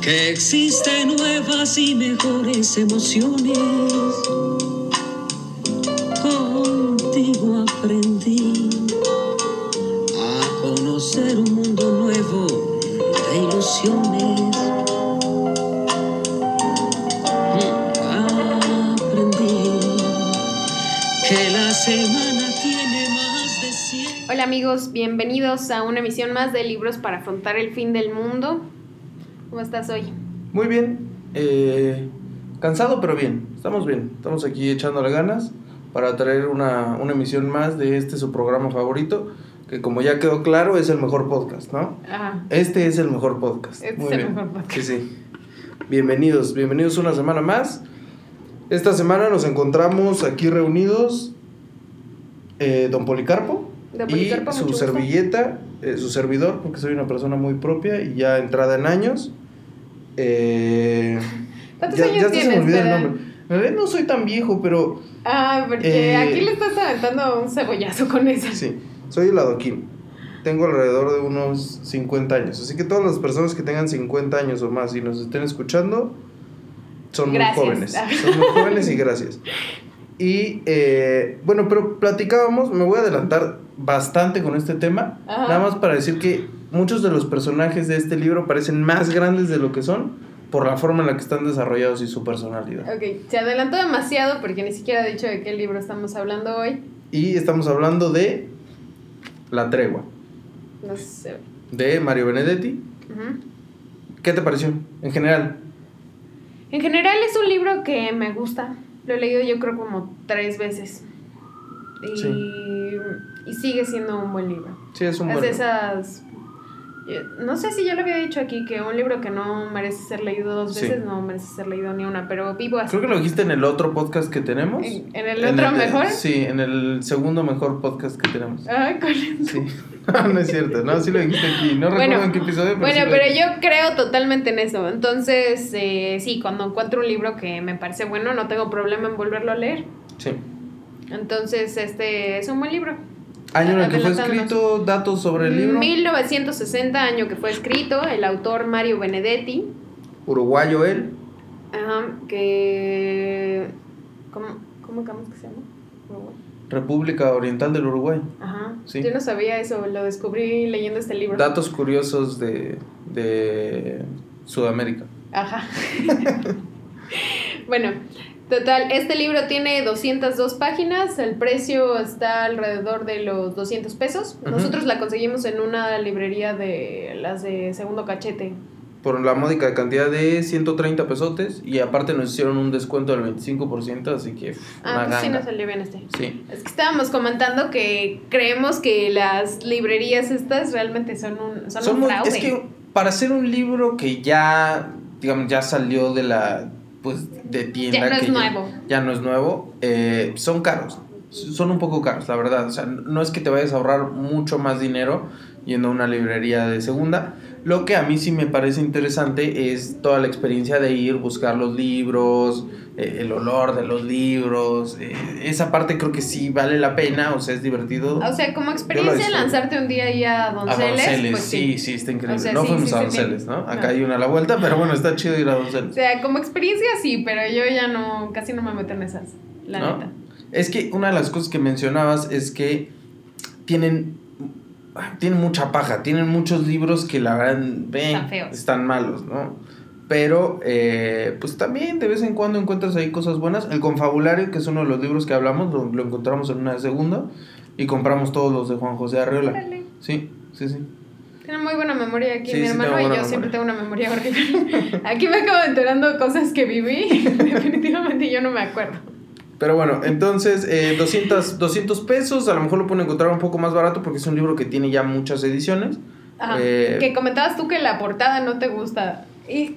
que existen nuevas y mejores emociones. Contigo aprendí a conocer un mundo nuevo de ilusiones. Aprendí que la semana tiene más de 100. Hola amigos, bienvenidos a una emisión más de Libros para afrontar el fin del mundo. ¿Cómo estás hoy? Muy bien, cansado pero bien, estamos aquí echándole ganas para traer una emisión más de su programa favorito, que como ya quedó claro es el mejor podcast, ¿no? Ajá. Este es el mejor podcast. Este Muy es el bien. mejor podcast. Sí. Bienvenidos una semana más. Esta semana nos encontramos aquí reunidos Don Policarpo y su mucho servilleta, su servidor, porque soy una persona muy propia y ya entrada en años. ¿Cuántos ya años se me tienes? olvidó el nombre. En realidad no soy tan viejo, pero... porque aquí le estás aventando un cebollazo con eso. Sí, soy el adoquín. Tengo alrededor de unos 50 años. Así que todas las personas que tengan 50 años o más y nos estén escuchando son Gracias. muy jóvenes. Son muy jóvenes y gracias. Y bueno, pero platicábamos, me voy a adelantar bastante con este tema. Ajá. Nada más para decir que muchos de los personajes de este libro parecen más grandes de lo que son por la forma en la que están desarrollados y su personalidad. Ok, se adelantó demasiado porque ni siquiera he dicho de qué libro estamos hablando hoy. Y estamos hablando de La Tregua, No sé. de Mario Benedetti. Ujú. ¿Qué te pareció en general? En general es un libro que me gusta. Lo he leído yo creo como 3 veces. Y sigue siendo un buen libro. Sí, es un Es buen de libro. esas... No sé si ya lo había dicho aquí, que un libro que no merece ser leído 2 Sí. veces, no merece ser leído ni una, pero vivo así. Creo que lo dijiste en el otro podcast que tenemos. ¿En el otro mejor? Sí, en el segundo mejor podcast que tenemos. Ay, ¿cuál es? Sí. No es cierto, no, sí lo dijiste aquí. No recuerdo en qué episodio, pero sí lo pero dijiste. yo creo totalmente en eso. Entonces, sí, cuando encuentro un libro que me parece bueno, no tengo problema en volverlo a leer. Sí. Entonces, este es un buen libro. Año en el que fue Adelantándonos. escrito, datos sobre el libro. 1960, año que fue escrito, el autor Mario Benedetti. Uruguayo él. Ajá, que... ¿Cómo que se llama? Uruguay. República Oriental del Uruguay. Ajá, Sí. yo no sabía eso, lo descubrí leyendo este libro. Datos curiosos de Sudamérica. Ajá. Bueno, total, este libro tiene 202 páginas, el precio está alrededor de los 200 pesos. Ujú. Nosotros la conseguimos en una librería de las de Segundo Cachete. Por la módica cantidad de 130 pesotes. Y aparte nos hicieron un descuento del 25%. Así que una Pues sí ganga. nos salió bien este. Sí. Es que estábamos comentando que creemos que las librerías estas realmente son un fraude. Es que para hacer un libro que ya, digamos, ya salió de la, pues, de tienda, Ya no es que nuevo. ya no es nuevo, son caros, son un poco caros, la verdad. O sea, no es que te vayas a ahorrar mucho más dinero yendo a una librería de segunda. Lo que a mí sí me parece interesante es toda la experiencia de ir, buscar los libros, el olor de los libros, esa parte creo que sí vale la pena, o sea, es divertido. O sea, como Yo lo experiencia disfruto. lanzarte un día ahí a A Donceles, Donceles, pues sí, está increíble. O sea, no sí, fuimos sí, a sí, Donceles, sí. ¿no? Acá No. hay una a la vuelta, pero bueno, está chido ir a O Donceles. sea, como experiencia sí, pero yo ya no, casi no me meto en esas, la ¿No? neta. Es que una de las cosas que mencionabas es que tienen mucha paja, tienen muchos libros que la verdad Están feos. están malos, ¿no? Pero pues también de vez en cuando encuentras ahí cosas buenas. El Confabulario, que es uno de los libros que hablamos, lo encontramos en una segunda y compramos todos los de Juan José Arreola. Órale. Sí. Tiene muy buena memoria aquí Sí, mi sí hermano tengo y yo buena siempre memoria. tengo una memoria horrible. Aquí me acabo enterando cosas que viví. Definitivamente yo no me acuerdo. Pero bueno, entonces 200 pesos, a lo mejor lo pueden encontrar un poco más barato porque es un libro que tiene ya muchas ediciones. Ajá. Que comentabas tú que la portada no te gusta. Y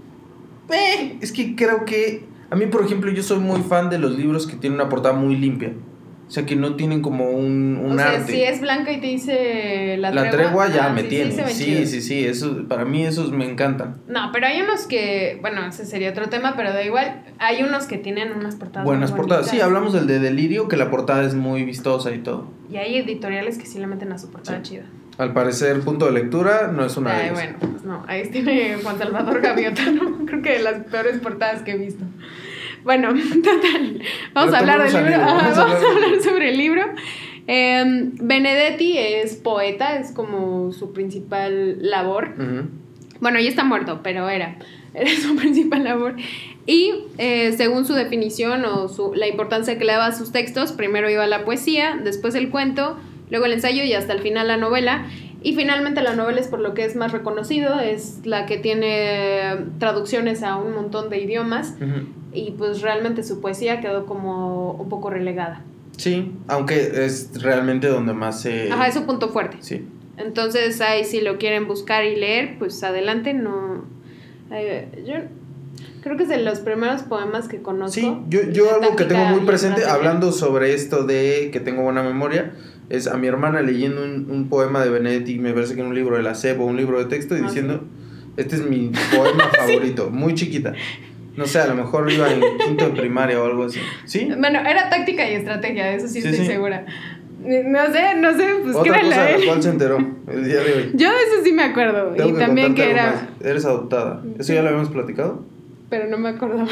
Es que creo que a mí, por ejemplo, yo soy muy fan de los libros que tienen una portada muy limpia. O sea, que no tienen como un o sea, arte. si es blanca y te dice La tregua ya me tiene. se ven Sí, chidos. sí, eso, para mí esos me encantan. No, pero hay unos que, bueno, ese sería otro tema, pero da igual. Hay unos que tienen unas portadas Buenas muy portadas. Sí, bonitas. hablamos del de Delirio, que la portada es muy vistosa y todo. Y hay editoriales que sí le meten a su portada Sí. chida. Al parecer, punto de lectura no es una de ellas. Bueno, pues no, ahí tiene Juan Salvador Gaviota, ¿no? Creo que de las peores portadas que he visto. Bueno, total, vamos a hablar del libro. Vamos a hablar sobre el libro. Benedetti es poeta, es como su principal labor. Uh-huh. Bueno, ya está muerto, pero era su principal labor. Y según su definición o la importancia que le daba a sus textos, primero iba la poesía, después el cuento, luego el ensayo y hasta el final la novela. Y finalmente la novela es por lo que es más reconocido, es la que tiene traducciones a un montón de idiomas. Uh-huh. Y pues realmente su poesía quedó como un poco relegada. Sí, aunque es realmente donde más se... Ajá, es su punto fuerte. Sí. Entonces ahí si lo quieren buscar y leer, pues adelante, no... yo creo que es de los primeros poemas que conozco. Sí, yo algo que tengo muy presente, hablando sobre esto de que tengo buena memoria, es a mi hermana leyendo un poema de Benedetti, me parece que en un libro de la SEP o un libro de texto, y diciendo, este es mi poema favorito, sí. Muy chiquita. No sé, a lo mejor iba en quinto de primaria o algo así. ¿Sí? Bueno, era táctica y estrategia, eso sí estoy segura. No sé, pues otra cosa de la cual se enteró el día de hoy. Yo de eso sí me acuerdo. Tengo y también que era... Más. Eres adoptada. ¿Eso ya lo habíamos platicado? Pero no me acordaba.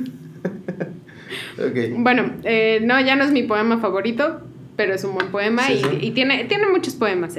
Okay. Bueno, no, ya no es mi poema favorito, pero es un buen poema y tiene muchos poemas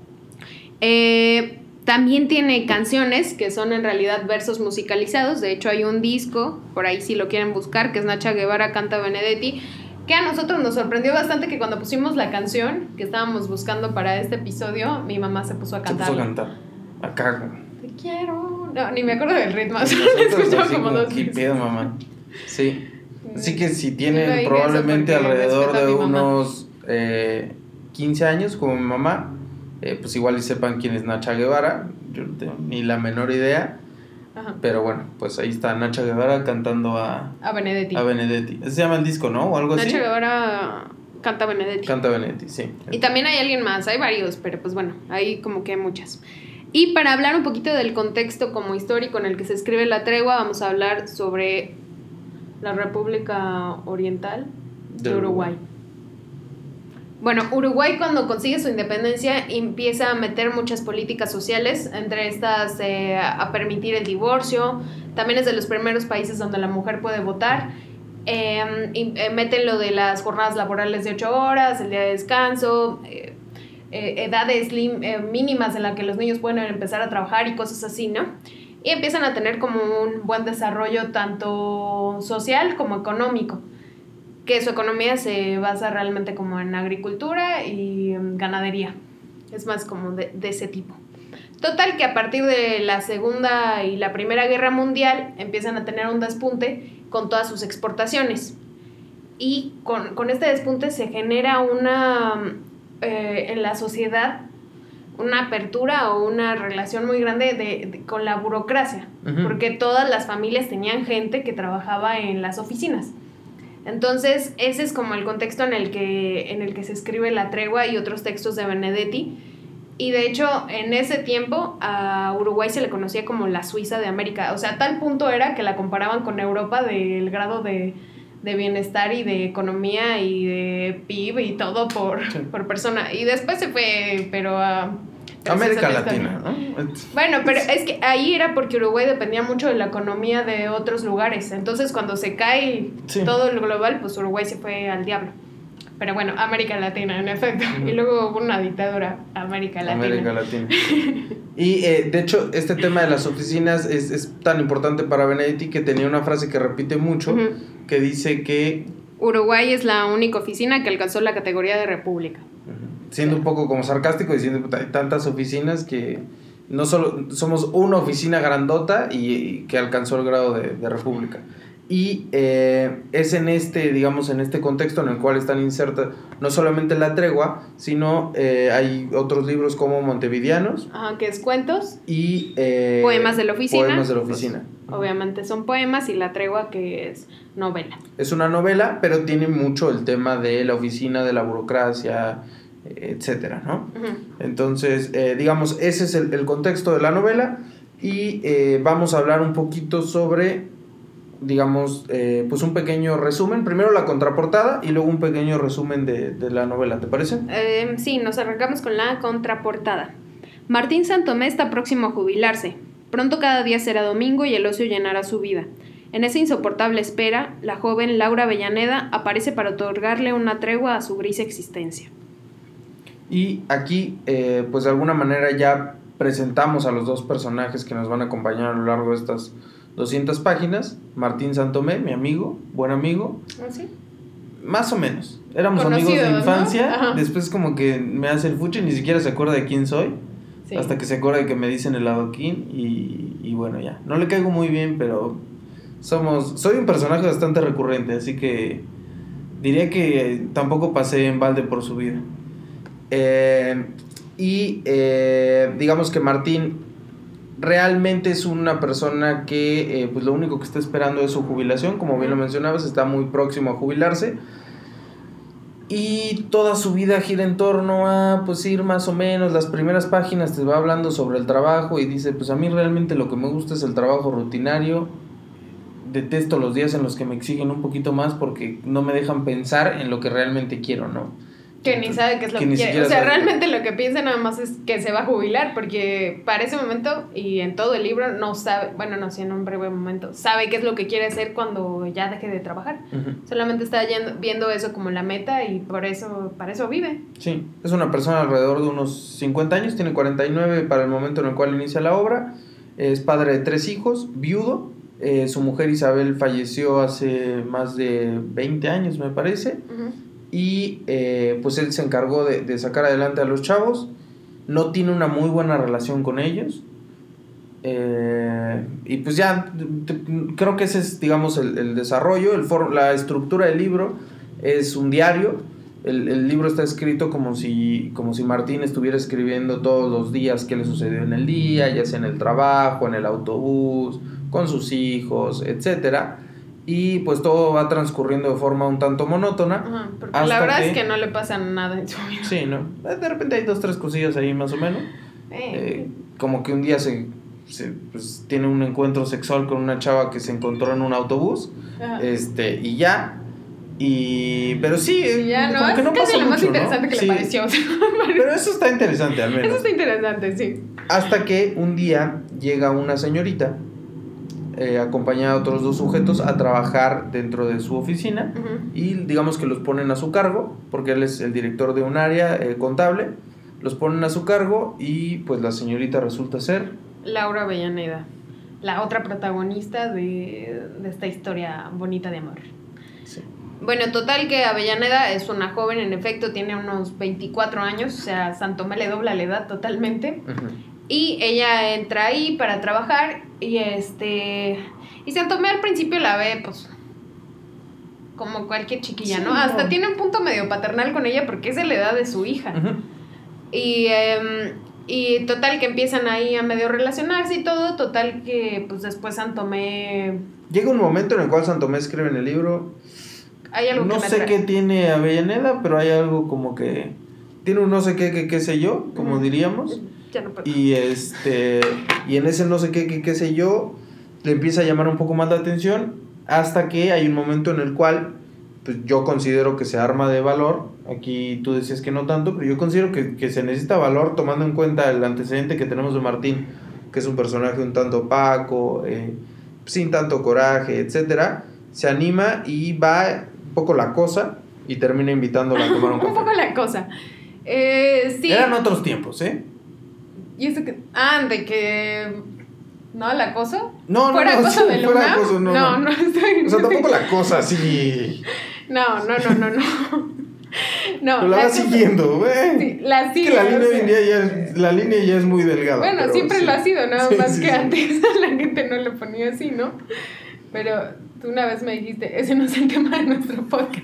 él. También tiene canciones que son en realidad versos musicalizados. De hecho hay un disco, por ahí si lo quieren buscar, que es Nacha Guevara canta Benedetti, que a nosotros nos sorprendió bastante que cuando pusimos la canción que estábamos buscando para este episodio, mi mamá se puso a cantar. Se puso a cantar. Acá. Te quiero. No, ni me acuerdo del ritmo. Solo he escuchado como dos veces. ¿Qué pedo, mamá? Sí. Así que si tienen probablemente alrededor de unos 15 años como mi mamá, pues igual y sepan quién es Nacha Guevara. Yo no tengo ni la menor idea. Ajá. Pero bueno, pues ahí está Nacha Guevara cantando a Benedetti. A Benedetti. Ese se llama el disco, ¿no? O algo así. Nacha Guevara canta Benedetti. Canta Benedetti, sí. Y también hay alguien más, hay varios, pero pues bueno, hay como que muchas. Y para hablar un poquito del contexto como histórico en el que se escribe La Tregua, vamos a hablar sobre la República Oriental de Uruguay. Bueno, Uruguay cuando consigue su independencia empieza a meter muchas políticas sociales, entre estas a permitir el divorcio, también es de los primeros países donde la mujer puede votar, meten lo de las jornadas laborales de 8 horas, el día de descanso, edades mínimas en las que los niños pueden empezar a trabajar y cosas así, ¿no? Y empiezan a tener como un buen desarrollo tanto social como económico, que su economía se basa realmente como en agricultura y ganadería. Es más como de ese tipo. Total que a partir de la Segunda y la Primera Guerra Mundial empiezan a tener un despunte con todas sus exportaciones. Y con este despunte se genera en la sociedad una apertura o una relación muy grande con la burocracia. Uh-huh. Porque todas las familias tenían gente que trabajaba en las oficinas. Entonces, ese es como el contexto en el que se escribe La Tregua y otros textos de Benedetti. Y de hecho, en ese tiempo a Uruguay se le conocía como la Suiza de América. O sea, tal punto era que la comparaban con Europa del grado de bienestar y de economía y de PIB y todo por persona. Y después se fue, pero a... América Latina, ¿no? Bueno, pero es que ahí era porque Uruguay dependía mucho de la economía de otros lugares. Entonces, cuando se cae todo lo global, pues Uruguay se fue al diablo. Pero bueno, América Latina, en efecto. Uh-huh. Y luego hubo una dictadura, América Latina. Y de hecho, este tema de las oficinas es tan importante para Benedetti que tenía una frase que repite mucho, uh-huh, que dice que... Uruguay es la única oficina que alcanzó la categoría de república. Siendo un poco como sarcástico, diciendo hay tantas oficinas que no solo somos una oficina grandota y que alcanzó el grado de república. Y es en este contexto en el cual están insertas no solamente La Tregua, sino hay otros libros como Montevideanos. Ajá, que es cuentos. Y Poemas de la Oficina. Poemas de la Oficina. Pues, obviamente son poemas, y La Tregua, que es novela. Es una novela, pero tiene mucho el tema de la oficina, de la burocracia, etcétera, ¿no? Uh-huh. Entonces, digamos, ese es el contexto de la novela. Y vamos a hablar un poquito sobre, digamos, pues un pequeño resumen. Primero la contraportada y luego un pequeño resumen de la novela, ¿te parece? Sí, nos arrancamos con la contraportada. Martín Santomé está próximo a jubilarse. Pronto cada día será domingo y el ocio llenará su vida. En esa insoportable espera, la joven Laura Avellaneda aparece para otorgarle una tregua a su gris existencia. Y aquí, pues de alguna manera ya presentamos a los dos personajes que nos van a acompañar a lo largo de estas 200 páginas. Martín Santomé, mi amigo, buen amigo. ¿Ah, sí? Más o menos. Éramos Conocido, amigos de infancia. ¿no? Después como que me hace el fuche y ni siquiera se acuerda de quién soy. Sí. Hasta que se acuerda de que me dicen el adoquín y bueno, ya. No le caigo muy bien, pero soy un personaje bastante recurrente, así que diría que tampoco pasé en balde por su vida. Digamos que Martín realmente es una persona que pues lo único que está esperando es su jubilación, como bien lo mencionabas, está muy próximo a jubilarse. Y toda su vida gira en torno a pues ir más o menos, las primeras páginas te va hablando sobre el trabajo y dice, pues a mí realmente lo que me gusta es el trabajo rutinario, detesto los días en los que me exigen un poquito más porque no me dejan pensar en lo que realmente quiero, ¿no? Que ni sabe qué es lo que quiere. O sea, realmente lo que piensa nada más es que se va a jubilar, porque para ese momento y en todo el libro no sabe, bueno, no, sí, en un breve momento, sabe qué es lo que quiere hacer cuando ya deje de trabajar. Uh-huh. Solamente está viendo eso como la meta y para eso vive. Sí, es una persona alrededor de unos 50 años, tiene 49 para el momento en el cual inicia la obra, es padre de 3 hijos, viudo, su mujer Isabel falleció hace más de 20 años, me parece. Uh-huh. Y pues él se encargó de sacar adelante a los chavos. No tiene una muy buena relación con ellos. Y pues ya creo que ese es, digamos, el desarrollo. La estructura del libro es un diario. El libro está escrito como si Martín estuviera escribiendo todos los días qué le sucedió en el día, ya sea en el trabajo, en el autobús, con sus hijos, etcétera. Y pues todo va transcurriendo de forma un tanto monótona. Ajá, porque la verdad es que no le pasa nada en su vida. Sí, ¿no? De repente hay 2-3 cosillas ahí más o menos. Como que un día pues, tiene un encuentro sexual con una chava que se encontró en un autobús. Ajá. Y ya. Pero sí, ya, como que no es casi lo más interesante, ¿no? Que sí. Le pareció. Pero eso está interesante al menos. Eso está interesante, sí. Hasta que un día llega una señorita acompañada de otros 2 sujetos a trabajar dentro de su oficina. Uh-huh. Y digamos que los ponen a su cargo porque él es el director de un área contable, los ponen a su cargo y pues la señorita resulta ser Laura Avellaneda, la otra protagonista de esta historia bonita de amor. Sí. Bueno, total que Avellaneda es una joven, en efecto tiene unos 24 años, o sea, Santomé le dobla la edad totalmente. Uh-huh. Y ella entra ahí para trabajar y Santomé al principio la ve pues como cualquier chiquilla, sí, ¿no? Hasta tiene un punto medio paternal con ella porque es de la edad de su hija. Uh-huh. Y total que empiezan ahí a medio relacionarse y todo, total que pues después Santomé... Llega un momento en el cual Santomé escribe en el libro, hay algo no sé qué tiene Avellaneda, pero hay algo como que tiene un no sé qué sé yo, como uh-huh. diríamos. Ya no puedo. Y y en ese no sé qué sé yo, le empieza a llamar un poco más la atención, hasta que hay un momento en el cual pues yo considero que se arma de valor. Aquí tú decías que no tanto, pero yo considero que se necesita valor tomando en cuenta el antecedente que tenemos de Martín, que es un personaje un tanto opaco, sin tanto coraje, etcétera. Se anima y va un poco la cosa y termina invitándola a tomar un café. Un poco la cosa. Sí. Eran otros tiempos, ¿Y eso que? De que... ¿No? ¿La cosa? No, ¿Fuera cosa sí, de fuera Luna? cosa, no estoy... O sea, tampoco la cosa así... No. No, pero la vas siguiendo, Sí, la sigue. Es que la línea hoy en día la línea ya es muy delgada. Bueno, siempre sí. Lo ha sido, nada más sí, que antes la gente no le ponía así, ¿no? Pero tú una vez me dijiste, ese no es el tema de nuestro podcast.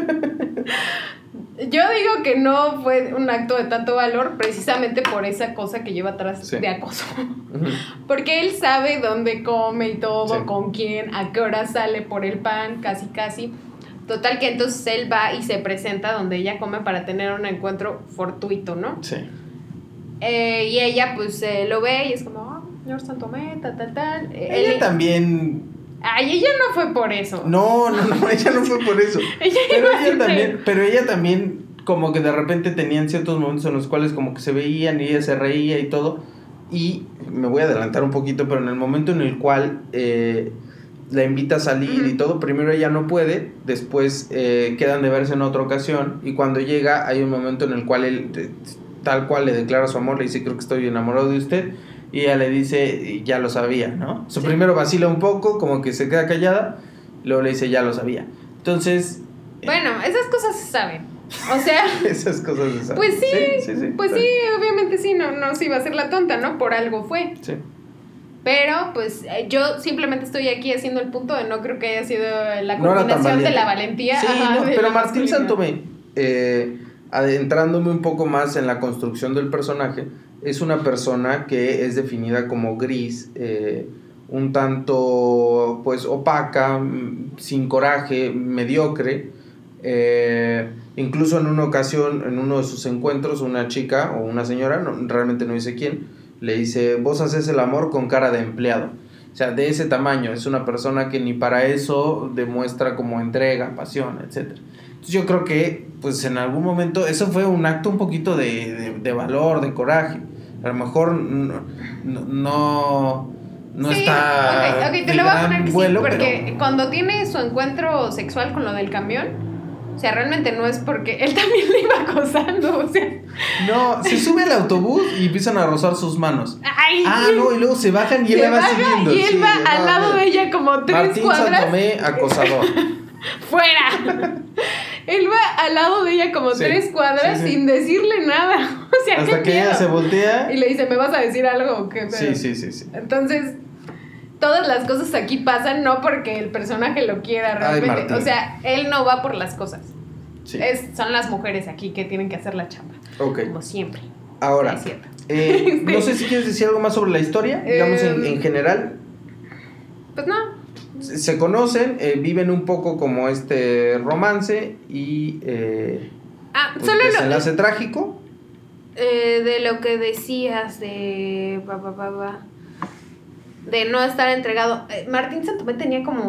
Yo digo que no fue un acto de tanto valor precisamente por esa cosa que lleva atrás de acoso. Uh-huh. Porque él sabe dónde come y todo, con quién, a qué hora sale por el pan, casi. Total que entonces él va y se presenta donde ella come para tener un encuentro fortuito, ¿no? Sí. Y ella pues lo ve y es como, señor Santomé, tal. Ella también... Ay, ella no fue por eso. No, ella no fue por eso. Pero ella también como que de repente tenían ciertos momentos en los cuales como que se veían y ella se reía y todo. Y me voy a adelantar un poquito, pero en el momento en el cual la invita a salir y todo, primero ella no puede, después quedan de verse en otra ocasión, y cuando llega hay un momento en el cual él tal cual le declara su amor, le dice creo que estoy enamorado de usted, y ella le dice ya lo sabía, ¿no? Sí. Primero vacila un poco, como que se queda callada, luego le dice ya lo sabía. Entonces... Bueno, esas cosas se saben. O sea... esas cosas se saben. Pues sí, pues sí, claro. obviamente sí, no se iba a hacer la tonta, ¿no? Por algo fue. Sí. Pero, pues, yo simplemente estoy aquí haciendo el punto de no creo que haya sido la No era tan culminación de valiente. la valentía. Sí, ajá, no, de pero la Martín masculinidad. Santomé, adentrándome un poco más en la construcción del personaje, es una persona que es definida como gris, un tanto pues opaca, sin coraje, mediocre. Incluso en una ocasión, en uno de sus encuentros, una chica o una señora, realmente no dice quién, le dice, vos haces el amor con cara de empleado. O sea, de ese tamaño, es una persona que ni para eso demuestra como entrega, pasión, etc. Entonces yo creo que, pues en algún momento, eso fue un acto un poquito de valor, de coraje. A lo mejor no sí, está ok, te de lo voy a gran poner que sí, vuelo, porque pero... cuando tiene su encuentro sexual con lo del camión, o sea, realmente no es porque él también le iba acosando, o sea... No, se sube al autobús y empiezan a rozar sus manos. ¡Ay! No, y luego se bajan y él Se la va baja siguiendo. y él va al lado de ella como 3 Martín cuadras. Santomé, acosador. ¡Fuera! Él va al lado de ella como 3 cuadras sin decirle nada. O sea, hasta qué que ella miedo. se voltea. Y le dice, ¿me vas a decir algo o qué? Sí. Entonces, todas las cosas aquí pasan no porque el personaje lo quiera realmente. Martín. O sea, él no va por las cosas. Sí. Son las mujeres aquí que tienen que hacer la chamba. Ok. Como siempre. Ahora, Es cierto. no sé si quieres decir algo más sobre la historia, digamos en general. Pues no. Se conocen, viven un poco como este romance y pues solo desenlace trágico. de lo que decías de de no estar entregado. Martín Santomé tenía como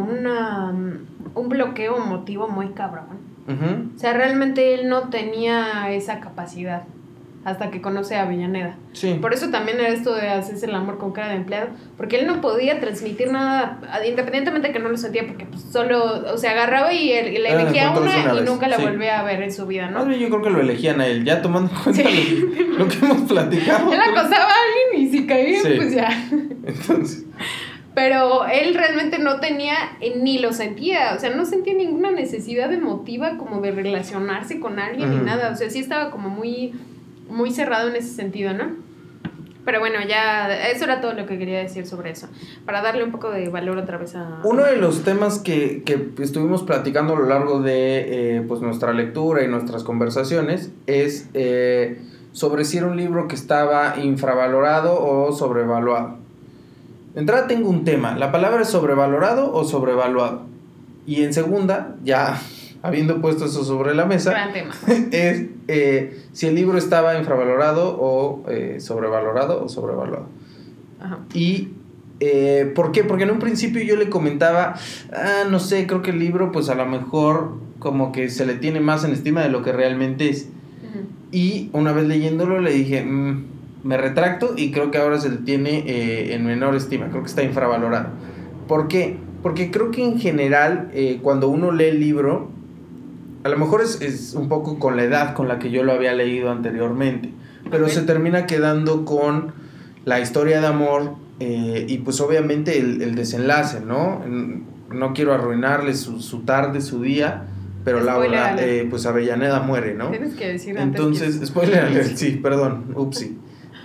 un bloqueo emotivo muy cabrón. Uh-huh. O sea, realmente él no tenía esa capacidad hasta que conoce a Avellaneda. Sí. Por eso también era esto de hacerse el amor con cara de empleado, porque él no podía transmitir nada, independientemente de que no lo sentía, porque pues solo, o sea, agarraba y le elegía una y nunca la volvía a ver en su vida, ¿no? Más bien yo creo que lo elegían a él, ya tomando en cuenta lo que hemos platicado. Él acosaba a alguien y si caía, pues ya. Entonces... Pero él realmente no tenía, ni lo sentía, o sea, no sentía ninguna necesidad emotiva como de relacionarse con alguien ni nada, o sea, sí estaba como muy cerrado en ese sentido, ¿no? Pero bueno, ya, eso era todo lo que quería decir sobre eso, para darle un poco de valor otra vez a... Uno de los temas que estuvimos platicando a lo largo de pues nuestra lectura y nuestras conversaciones es sobre si era un libro que estaba infravalorado o sobrevaluado. De entrada tengo un tema, ¿la palabra es sobrevalorado o sobrevaluado? Y en segunda, ya habiendo puesto eso sobre la mesa, gran tema. Es si el libro estaba infravalorado o sobrevalorado o sobrevaluado. Ajá. Y ¿por qué? Porque en un principio yo le comentaba, no sé, creo que el libro pues a lo mejor como que se le tiene más en estima de lo que realmente es. Uh-huh. Y una vez leyéndolo le dije, me retracto y creo que ahora se le tiene en menor estima, creo que está infravalorado. ¿Por qué? Porque creo que en general cuando uno lee el libro, a lo mejor es un poco con la edad con la que yo lo había leído anteriormente, pero se termina quedando con la historia de amor y pues obviamente el desenlace, ¿no? No quiero arruinarle su tarde, su día, pero Laura, pues Avellaneda muere, ¿no? Tienes que decir antes. Entonces, spoiler alert, sí, perdón, upsi.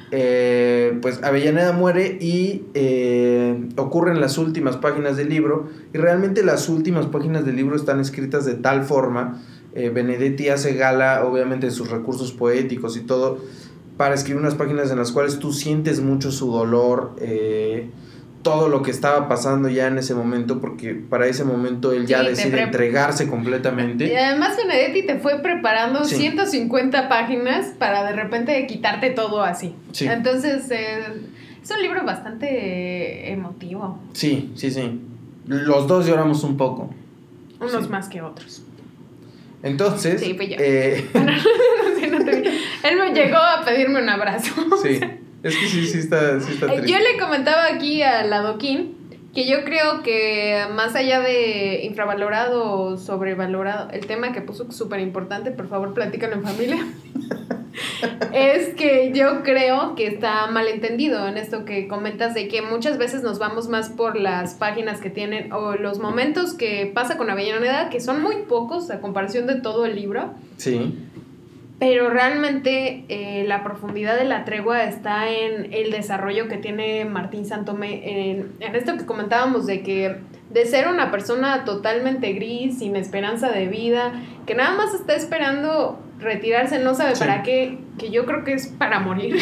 Pues Avellaneda muere y ocurren las últimas páginas del libro, y realmente las últimas páginas del libro están escritas de tal forma, Benedetti hace gala obviamente de sus recursos poéticos y todo para escribir unas páginas en las cuales tú sientes mucho su dolor, todo lo que estaba pasando ya en ese momento, porque para ese momento él ya decide entregarse completamente. Y además Benedetti te fue preparando 150 páginas para de repente quitarte todo así. Sí. Entonces, es un libro bastante emotivo. Sí. Los dos lloramos un poco. Unos más que otros. Entonces... Sí, pues yo. Él me llegó a pedirme un abrazo. Sí, es que sí está triste. Yo le comentaba aquí a la Doquín que yo creo que más allá de infravalorado o sobrevalorado, el tema que puso súper importante, por favor platícalo en familia, es que yo creo que está mal entendido en esto que comentas de que muchas veces nos vamos más por las páginas que tienen o los momentos que pasa con Avellaneda, que son muy pocos a comparación de todo el libro. Sí. Pero realmente la profundidad de la tregua está en el desarrollo que tiene Martín Santomé, en esto que comentábamos de que de ser una persona totalmente gris, sin esperanza de vida, que nada más está esperando retirarse, no sabe para qué, que yo creo que es para morir,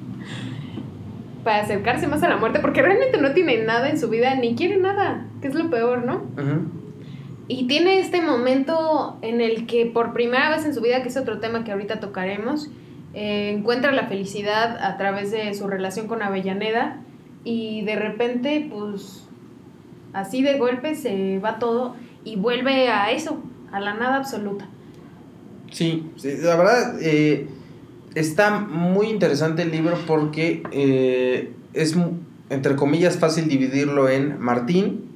para acercarse más a la muerte, porque realmente no tiene nada en su vida, ni quiere nada, que es lo peor, ¿no? Uh-huh. Y tiene este momento en el que por primera vez en su vida, que es otro tema que ahorita tocaremos, encuentra la felicidad a través de su relación con Avellaneda y de repente, pues, así de golpe se va todo y vuelve a eso, a la nada absoluta. Sí, la verdad está muy interesante el libro porque es, entre comillas, fácil dividirlo en Martín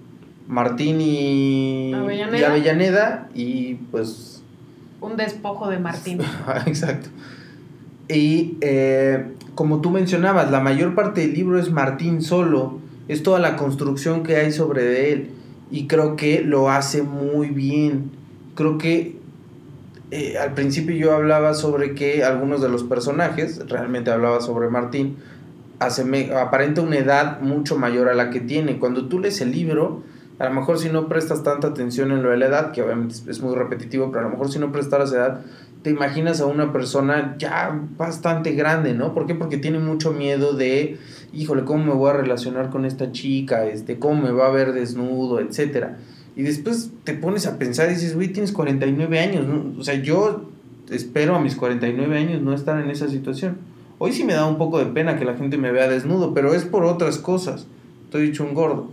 y Avellaneda y pues... un despojo de Martín. Exacto. Y como tú mencionabas, la mayor parte del libro es Martín solo, es toda la construcción que hay sobre él y creo que lo hace muy bien. Creo que al principio yo hablaba sobre que algunos de los personajes, realmente hablaba sobre Martín, aparenta una edad mucho mayor a la que tiene. Cuando tú lees el libro, a lo mejor si no prestas tanta atención en lo de la edad, que obviamente es muy repetitivo, pero a lo mejor si no prestaras edad, te imaginas a una persona ya bastante grande, ¿no? ¿Por qué? Porque tiene mucho miedo de, híjole, ¿cómo me voy a relacionar con esta chica? ¿Cómo me va a ver desnudo? Etcétera. Y después te pones a pensar y dices, güey, tienes 49 años, ¿no? O sea, yo espero a mis 49 años no estar en esa situación. Hoy sí me da un poco de pena que la gente me vea desnudo, pero es por otras cosas. Estoy hecho un gordo.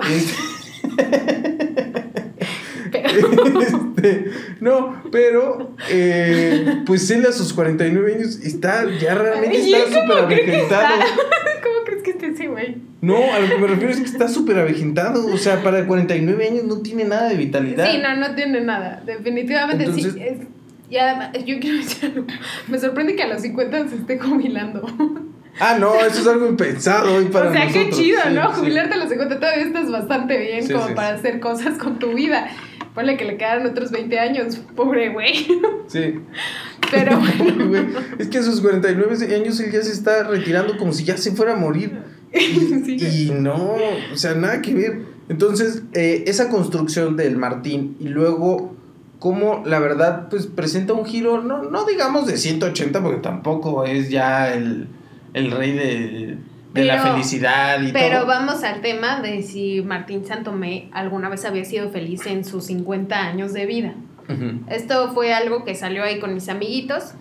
Pero pues él a sus 49 años está ya realmente está súper avejentado. ¿Cómo crees que esté así, güey? No, a lo que me refiero es que está súper avejentado. O sea, para 49 años no tiene nada de vitalidad. Sí, no tiene nada. Definitivamente. Entonces, sí. Y además, yo quiero decir algo. Me sorprende que a los 50 se esté jubilando. Ah, no, eso es algo impensado hoy para nosotros. O sea, qué chido, sí, ¿no? Sí. Jubilarte a los 50 todavía estás bastante bien como para hacer cosas con tu vida. Ponle que le quedaran otros 20 años, pobre güey. Sí. Pero bueno. Güey, es que a sus 49 años él ya se está retirando como si ya se fuera a morir. Y no, o sea, nada que ver. Entonces, esa construcción del Martín y luego cómo la verdad pues presenta un giro, no digamos de 180 porque tampoco es ya el rey de la felicidad y todo. Pero vamos al tema de si Martín Santomé alguna vez había sido feliz en sus 50 años de vida. Uh-huh. Esto fue algo que salió ahí con mis amiguitos.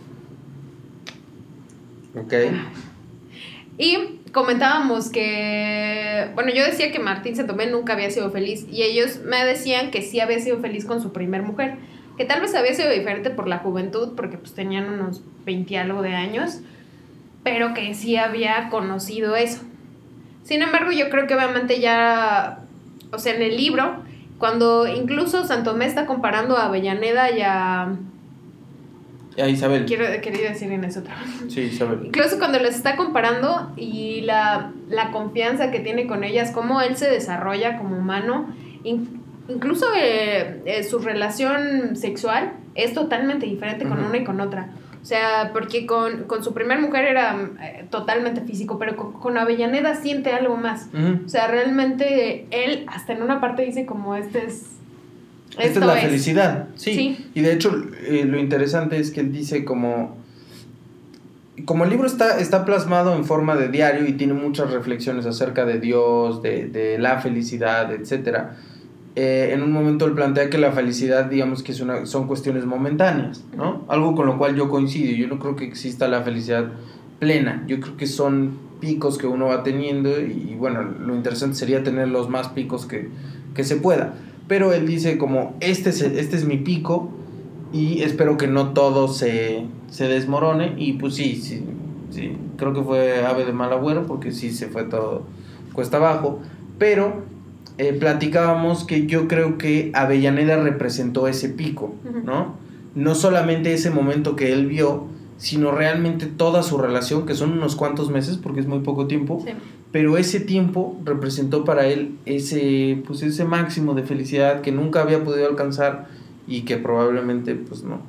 Ok. Y comentábamos que, bueno, yo decía que Martín Santomé nunca había sido feliz y ellos me decían que sí había sido feliz con su primer mujer, que tal vez había sido diferente por la juventud, porque pues tenían unos 20 y algo de años, pero que sí había conocido eso. Sin embargo, yo creo que obviamente ya, o sea, en el libro, cuando incluso Santomé está comparando a Avellaneda y a Isabel. Quería decir Inés otra vez. Sí, Isabel. Incluso cuando les está comparando y la confianza que tiene con ellas, cómo él se desarrolla como humano, incluso su relación sexual es totalmente diferente con una y con otra. O sea, porque con su primer mujer era totalmente físico, pero con Avellaneda siente algo más. O sea, realmente él hasta en una parte dice como esta es la felicidad, sí. Y de hecho lo interesante es que él dice como el libro está plasmado en forma de diario y tiene muchas reflexiones acerca de Dios, de la felicidad, etcétera. En un momento él plantea que la felicidad, digamos que son cuestiones momentáneas, ¿no? Algo con lo cual yo coincido. Yo no creo que exista la felicidad plena. Yo creo que son picos que uno va teniendo y bueno, lo interesante sería tener los más picos que se pueda. Pero él dice como, este es mi pico y espero que no todo se desmorone, y pues sí, creo que fue ave de mal agüero, porque sí se fue todo cuesta abajo, pero platicábamos que yo creo que Avellaneda representó ese pico, ¿no? No solamente ese momento que él vio, sino realmente toda su relación, que son unos cuantos meses, porque es muy poco tiempo, sí. Pero ese tiempo representó para él ese máximo de felicidad que nunca había podido alcanzar y que probablemente pues no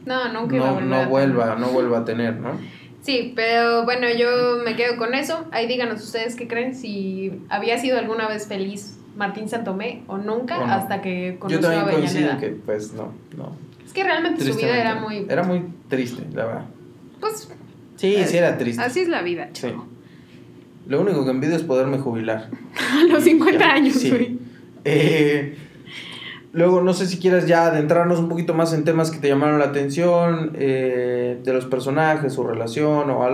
vuelva a tener, ¿no? Sí, pero bueno, yo me quedo con eso. Ahí díganos ustedes qué creen, si había sido alguna vez feliz Martín Santomé o nunca, o no. Hasta que conoció a Avellaneda. Yo también coincido que pues no. Es que realmente su vida era muy triste, la verdad. Pues sí era triste. Así es la vida, chico. Sí. Lo único que envidio es poderme jubilar. A los 50 años, sí. Güey. Luego, no sé si quieras ya adentrarnos un poquito más en temas que te llamaron la atención, de los personajes, su relación o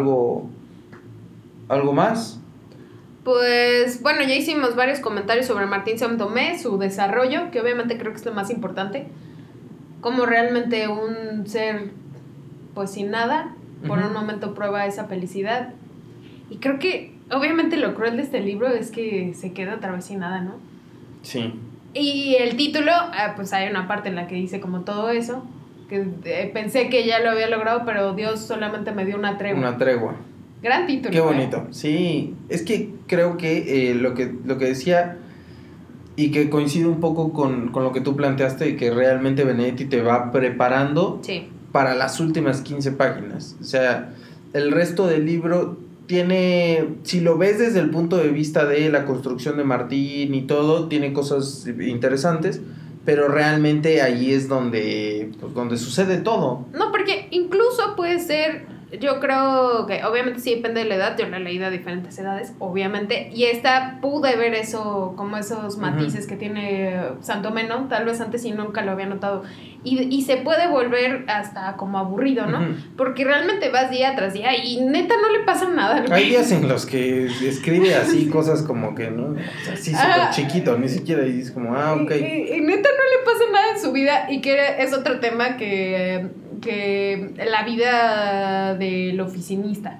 algo más. Pues, bueno, ya hicimos varios comentarios sobre Martín Santomé, su desarrollo, que obviamente creo que es lo más importante. Como realmente un ser, pues sin nada, por un momento prueba esa felicidad. Y creo que, obviamente, lo cruel de este libro es que se queda otra vez sin nada, ¿no? Sí. Y el título, pues hay una parte en la que dice como todo eso, que pensé que ya lo había logrado, pero Dios solamente me dio una tregua. Una tregua. Gran título. Qué bonito. Sí, es que creo que lo que decía, y que coincide un poco con lo que tú planteaste, que realmente Benedetti te va preparando para las últimas 15 páginas. O sea, el resto del libro tiene, si lo ves desde el punto de vista de la construcción de Martín y todo, tiene cosas interesantes, pero realmente ahí es donde sucede todo. No, porque incluso puede ser, yo creo que obviamente sí depende de la edad, yo la he leído a diferentes edades, obviamente, y pude ver eso, como esos matices que tiene Santomé, ¿no? Tal vez antes y nunca lo había notado, y se puede volver hasta como aburrido, ¿no? Porque realmente vas día tras día y neta no le pasa nada. Hay días en los que escribe así cosas como que, ¿no? O sea, así súper chiquito, ni siquiera, y es como, ok. Y neta no le pasa nada en su vida, y que es otro tema que la vida del oficinista.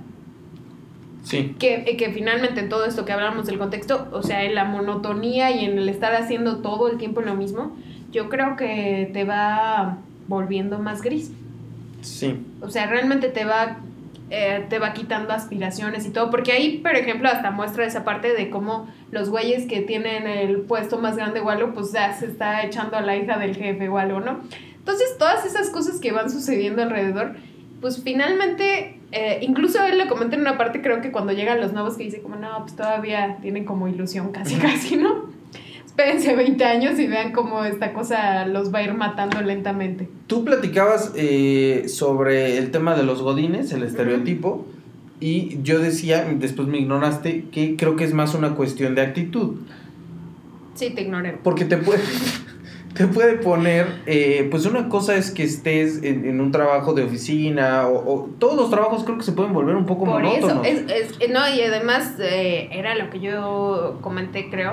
Sí. Que finalmente en todo esto que hablamos del contexto, o sea, en la monotonía y en el estar haciendo todo el tiempo lo mismo, yo creo que te va volviendo más gris. Sí. O sea, realmente te va quitando aspiraciones y todo, porque ahí, por ejemplo, hasta muestra esa parte de cómo los güeyes que tienen el puesto más grande o algo, pues ya se está echando a la hija del jefe o algo, ¿no? Entonces, todas esas cosas que van sucediendo alrededor, pues finalmente, incluso él lo comenta en una parte, creo que cuando llegan los nuevos, que dice como, no, pues todavía tienen como ilusión casi, ¿no? Espérense 20 años y vean cómo esta cosa los va a ir matando lentamente. Tú platicabas sobre el tema de los godines, el estereotipo, y yo decía, después me ignoraste, que creo que es más una cuestión de actitud. Sí, te ignoré. Porque te puede poner, pues una cosa es que estés en un trabajo de oficina, o todos los trabajos creo que se pueden volver un poco monótonos. Por eso, no, y además era lo que yo comenté, creo,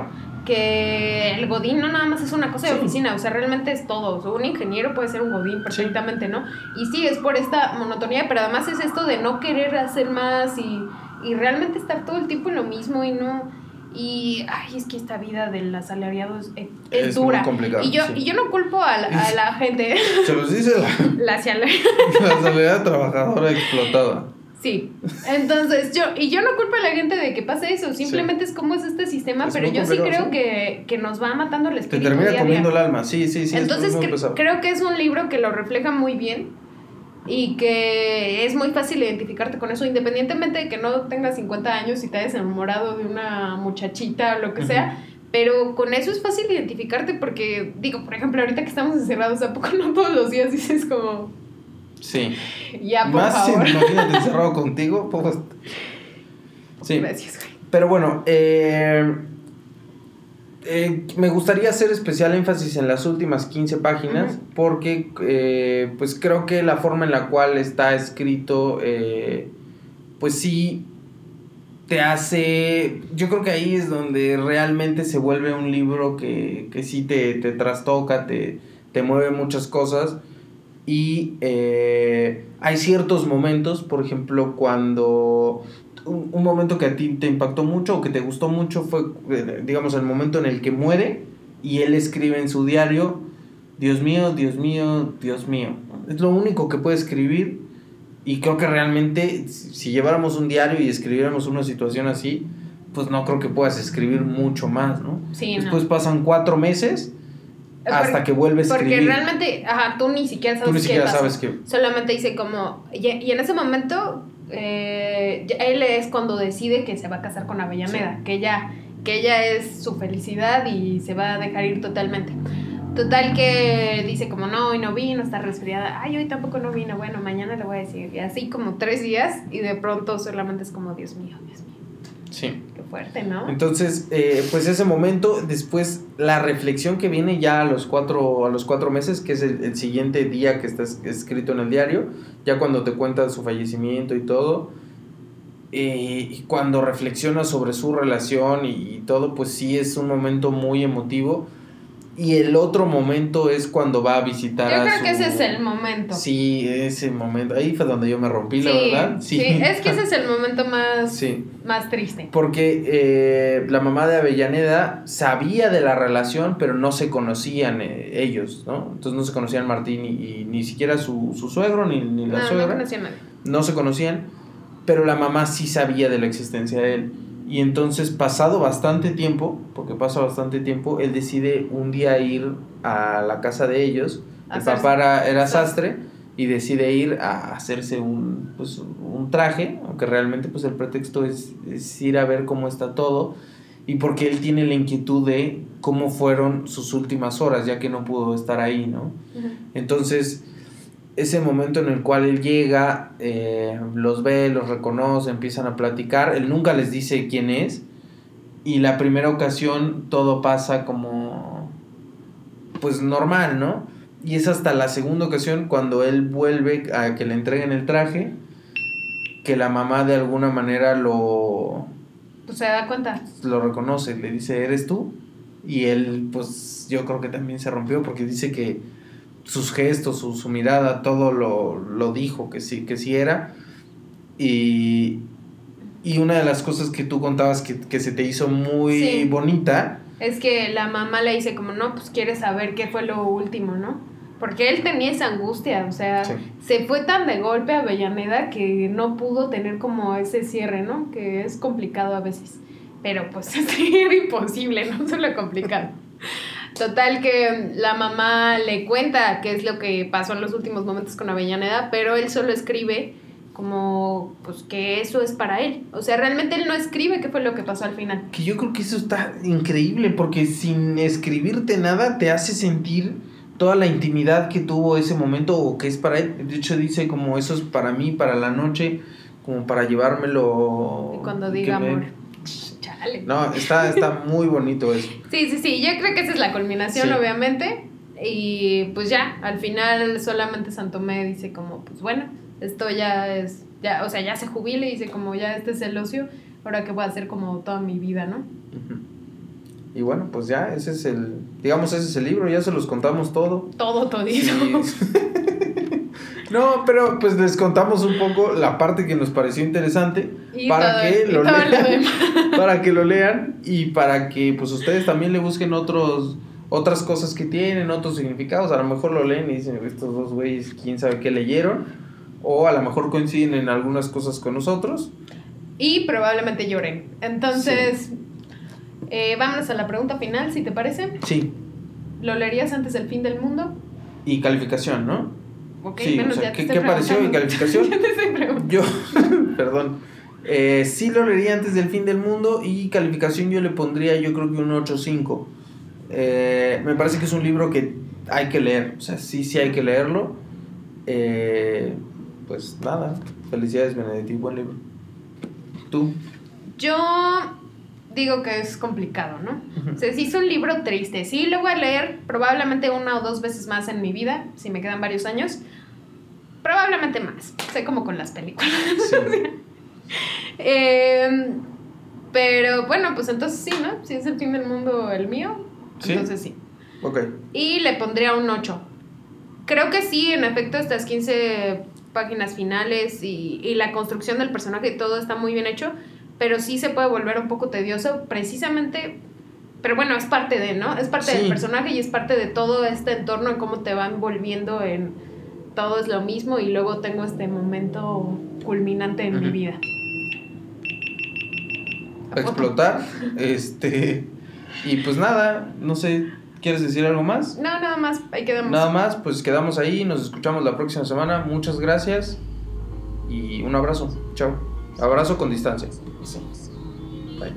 que el godín no nada más es una cosa de oficina, o sea, realmente es todo. O sea, un ingeniero puede ser un godín perfectamente, ¿no? Y sí, es por esta monotonía, pero además es esto de no querer hacer más y realmente estar todo el tiempo en lo mismo y no... Y, ay, es que esta vida del asalariado es dura. Muy complicado. Y yo no culpo a la gente. Se los dice la asalariada trabajadora explotada. Sí, entonces yo no culpo a la gente de que pase eso, simplemente es como es este sistema, pero yo sí creo que nos va matando el espíritu. Te termina comiendo el alma, sí. Entonces creo que es un libro que lo refleja muy bien y que es muy fácil identificarte con eso, independientemente de que no tengas 50 años y te hayas enamorado de una muchachita o lo que sea, pero con eso es fácil identificarte porque, digo, por ejemplo, ahorita que estamos encerrados, ¿a poco no todos los días dices como... Sí. Ya, por más favor. Más imagínate encerrado contigo, pues... Sí. Gracias, güey. Pero bueno, me gustaría hacer especial énfasis en las últimas 15 páginas, porque pues creo que la forma en la cual está escrito, pues sí te hace... Yo creo que ahí es donde realmente se vuelve un libro que sí te trastoca, te mueve muchas cosas. Y hay ciertos momentos, por ejemplo, cuando un momento que a ti te impactó mucho o que te gustó mucho fue, digamos, el momento en el que muere y él escribe en su diario: Dios mío, Dios mío, Dios mío. Es lo único que puede escribir, y creo que realmente si lleváramos un diario y escribiéramos una situación así, pues no creo que puedas escribir mucho más, ¿no? Sí, después no. pasan 4 meses hasta que vuelve a escribir. Porque realmente, tú ni siquiera sabes qué. Solamente dice como, y en ese momento, él es cuando decide que se va a casar con Avellaneda, sí. que ella es su felicidad y se va a dejar ir totalmente. Total que dice como, no, hoy no vino, está resfriada. Ay, hoy tampoco no vino, bueno, mañana le voy a decir. Y así como 3 días, y de pronto solamente es como, Dios mío, Dios mío. Sí. Qué fuerte, ¿no? Entonces, pues ese momento, después la reflexión que viene ya a los 4 meses, que es el siguiente día que está escrito en el diario, ya cuando te cuenta su fallecimiento y todo, y cuando reflexiona sobre su relación y todo, pues sí es un momento muy emotivo. Y el otro momento es cuando va a visitar yo creo que ese es el momento. Sí, ese momento. Ahí fue donde yo me rompí, la verdad. Sí, es que ese es el momento más triste. Porque la mamá de Avellaneda sabía de la relación, pero no se conocían ellos, ¿no? Entonces no se conocían Martín y ni siquiera su suegro, ni la suegra. No conocían a nadie. No se conocían, pero la mamá sí sabía de la existencia de él. Y entonces, pasado bastante tiempo, porque pasa bastante tiempo, él decide un día ir a la casa de ellos. El papá era sastre y decide ir a hacerse un traje, aunque realmente pues el pretexto es ir a ver cómo está todo, y porque él tiene la inquietud de cómo fueron sus últimas horas, ya que no pudo estar ahí, ¿no? Uh-huh. Entonces, ese momento en el cual él llega, los ve, los reconoce, empiezan a platicar, él nunca les dice quién es, y la primera ocasión todo pasa como, pues normal, ¿no? Y es hasta la segunda ocasión, cuando él vuelve a que le entreguen el traje, que la mamá de alguna manera pues se da cuenta. Lo reconoce, le dice, ¿eres tú? Y él, pues yo creo que también se rompió, porque dice que sus gestos, su mirada, todo lo dijo que sí era. Y una de las cosas que tú contabas que se te hizo muy bonita es que la mamá le dice como, no, pues quiere saber qué fue lo último, ¿no? Porque él tenía esa angustia, o sea, se fue tan de golpe a Avellaneda que no pudo tener como ese cierre, ¿no? Que es complicado a veces, pero pues era imposible, no solo complicado. Total que la mamá le cuenta qué es lo que pasó en los últimos momentos con Avellaneda, pero él solo escribe como, pues, que eso es para él. O sea, realmente él no escribe qué fue lo que pasó al final. Que yo creo que eso está increíble, porque sin escribirte nada te hace sentir toda la intimidad que tuvo ese momento, o que es para él. De hecho dice como, eso es para mí, para la noche, como para llevármelo. Y cuando diga amor. Chale. No, está muy bonito eso. Sí, yo creo que esa es la culminación, obviamente. Y pues ya, al final solamente Santomé dice como, pues bueno, esto ya es, o sea, ya se jubile, y dice como, ya este es el ocio, ahora que voy a hacer como toda mi vida, ¿no? Uh-huh. Y bueno, pues ya, ese es el libro, ya se los contamos todo. Todito. Sí. No, pero pues les contamos un poco la parte que nos pareció interesante para que lo lean y para que pues ustedes también le busquen otras cosas que tienen, otros significados. A lo mejor lo leen y dicen, estos dos güeyes, quién sabe qué leyeron, o a lo mejor coinciden en algunas cosas con nosotros. Y probablemente lloren. Entonces, vámonos a la pregunta final, si te parece. Sí. ¿Lo leerías antes del fin del mundo? Y calificación, ¿no? Ok, sí, bueno, o sea, ya te ¿qué pareció mi calificación? Ya te estoy preguntando. Yo, perdón, sí lo leería antes del fin del mundo, y calificación yo le pondría, yo creo que un 8.5. Me parece que es un libro que hay que leer, o sea, sí hay que leerlo. Pues nada, felicidades, Benedetti, buen libro. ¿Tú? Yo digo que es complicado, ¿no? Uh-huh. O sea, sí es un libro triste. Sí lo voy a leer probablemente 1 o 2 veces más en mi vida, si me quedan varios años. Probablemente más. Sé como con las películas. Sí. Pero bueno, pues entonces sí, ¿no? Si es el fin del mundo el mío, ¿sí? Entonces sí. Ok. Y le pondría un 8. creo que sí, en efecto, estas 15 páginas finales y la construcción del personaje y todo está muy bien hecho, pero sí se puede volver un poco tedioso precisamente, pero bueno, es parte de, ¿no? Es parte del personaje y es parte de todo este entorno, en cómo te va envolviendo en todo es lo mismo y luego tengo este momento culminante en mi vida. A explotar, y pues nada, no sé, ¿quieres decir algo más? No, nada más, ahí quedamos. Nada más, pues quedamos ahí, nos escuchamos la próxima semana, muchas gracias y un abrazo, chao, abrazo con distancia. Bye.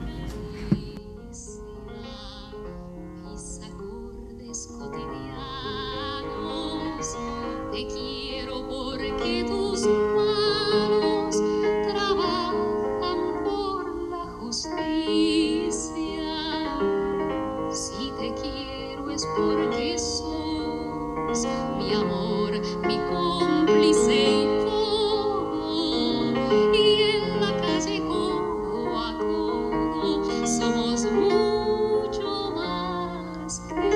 Mis acordes cotidianos, te quiero porque tus manos trabajan por la justicia. Si te quiero es porque sos mi amor, mi cómplice y todo. Y en la calle codo a codo somos mucho más que